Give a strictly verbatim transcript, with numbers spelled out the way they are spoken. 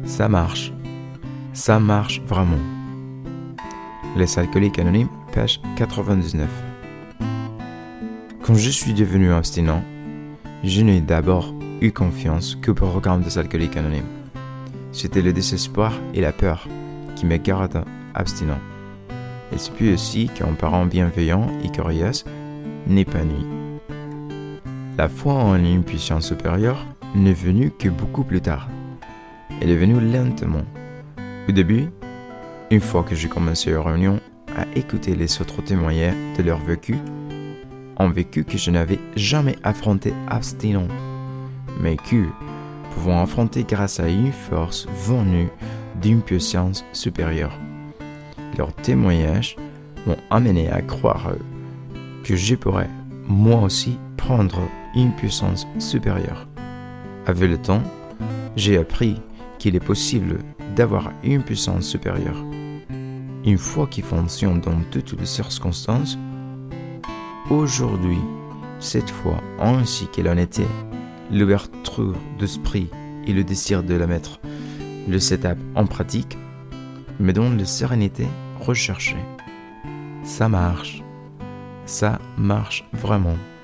Ça marche. Ça marche vraiment. Les alcooliques anonymes, page quatre-vingt-dix-neuf. Quand je suis devenu abstinent, je n'ai d'abord eu confiance qu'au programme des alcooliques anonymes. C'était le désespoir et la peur qui me gardent abstinent. Et c'est puis aussi qu'un parent bienveillant et curieux n'épanouit. La foi en une puissance supérieure n'est venue que beaucoup plus tard. Elle est venue lentement. Au début, une fois que j'ai commencé aux réunions à écouter les autres témoigner de leur vécu, un vécu que je n'avais jamais affronté abstinent, mais que pouvons affronter grâce à une force venue d'une puissance supérieure. Leurs témoignages m'ont amené à croire que je pourrais, moi aussi, prendre une puissance supérieure. Avec le temps, j'ai appris qu'il est possible d'avoir une puissance supérieure. Une foi qui fonctionne dans toutes les circonstances. Aujourd'hui, cette foi, ainsi qu'elle en était, l'ouverture d'esprit et le désir de la mettre, le setup en pratique, me donne la sérénité recherchée. Ça marche. Ça marche vraiment.